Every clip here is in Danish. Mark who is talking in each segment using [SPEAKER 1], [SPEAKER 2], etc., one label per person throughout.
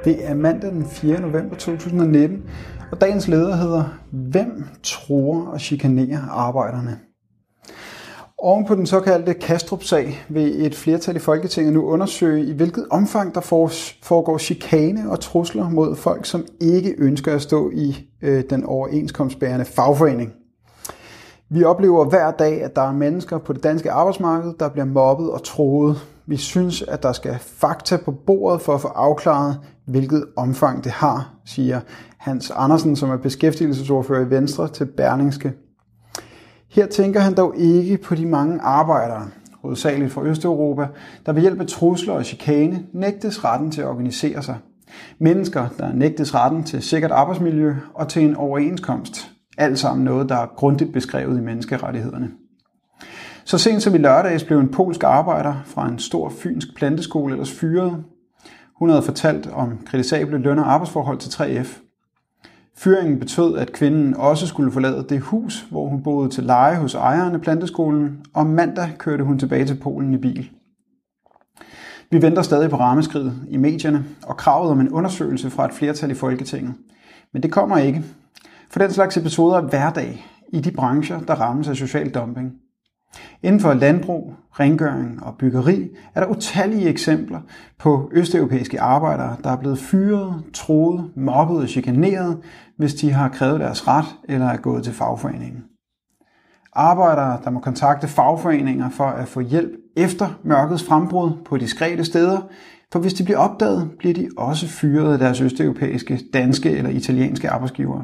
[SPEAKER 1] Det er mandag den 4. november 2019, og dagens leder hedder: Hvem truer og chikanerer arbejderne? Oven på den såkaldte Kastrup-sag vil et flertal i Folketinget nu undersøge, i hvilket omfang der foregår chikane og trusler mod folk, som ikke ønsker at stå i den overenskomstbærende fagforening. Vi oplever hver dag, at der er mennesker på det danske arbejdsmarked, der bliver mobbet og truet. Vi synes, at der skal fakta på bordet for at få afklaret, hvilket omfang det har, siger Hans Andersen, som er beskæftigelsesordfører i Venstre, til Berlingske. Her tænker han dog ikke på de mange arbejdere, hovedsageligt fra Østeuropa, der ved hjælp af trusler og chikane nægtes retten til at organisere sig. Mennesker, der nægtes retten til sikkert arbejdsmiljø og til en overenskomst. Alt sammen noget, der er grundigt beskrevet i menneskerettighederne. Så sent som i lørdags blev en polsk arbejder fra en stor fynsk planteskole ellers fyret. Hun havde fortalt om kritisable løn- og arbejdsforhold til 3F. Fyringen betød, at kvinden også skulle forlade det hus, hvor hun boede til leje hos ejeren af planteskolen, og mandag kørte hun tilbage til Polen i bil. Vi venter stadig på ramaskriget i medierne og kravet om en undersøgelse fra et flertal i Folketinget. Men det kommer ikke, for den slags episoder er hverdag i de brancher, der rammes af social dumping. Inden for landbrug, rengøring og byggeri er der utallige eksempler på østeuropæiske arbejdere, der er blevet fyret, truet, mobbet og chikaneret, hvis de har krævet deres ret eller er gået til fagforeningen. Arbejdere, der må kontakte fagforeninger for at få hjælp efter mørkets frembrud på diskrete steder, for hvis de bliver opdaget, bliver de også fyret af deres østeuropæiske, danske eller italienske arbejdsgivere.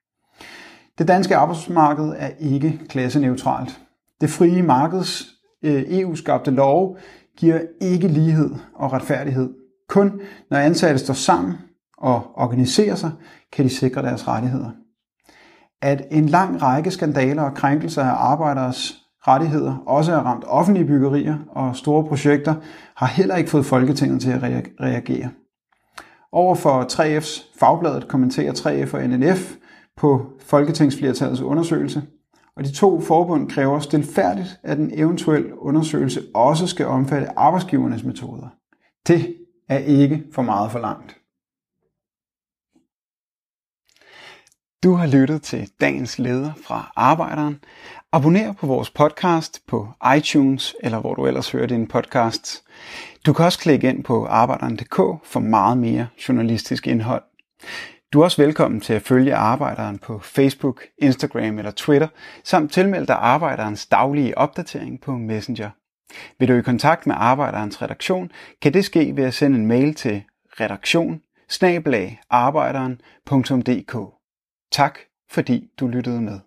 [SPEAKER 1] Det danske arbejdsmarked er ikke klasseneutralt. Det frie markeds EU-skabte love giver ikke lighed og retfærdighed. Kun når ansatte står sammen og organiserer sig, kan de sikre deres rettigheder. At en lang række skandaler og krænkelser af arbejderes rettigheder også er ramt offentlige byggerier og store projekter, har heller ikke fået Folketinget til at reagere. Overfor 3F's Fagbladet kommenterer 3F og NNF på Folketingsflertallets undersøgelse, og de to forbund kræver stilfærdigt, at en eventuel undersøgelse også skal omfatte arbejdsgivernes metoder. Det er ikke for meget forlangt. Du har lyttet til dagens leder fra Arbejderen. Abonner på vores podcast på iTunes, eller hvor du ellers hører dine podcasts. Du kan også klikke ind på arbejderen.dk for meget mere journalistisk indhold. Du er også velkommen til at følge Arbejderen på Facebook, Instagram eller Twitter, samt tilmelde dig Arbejderens daglige opdatering på Messenger. Vil du i kontakt med Arbejderens redaktion, kan det ske ved at sende en mail til redaktion@arbejderen.dk. Tak fordi du lyttede med.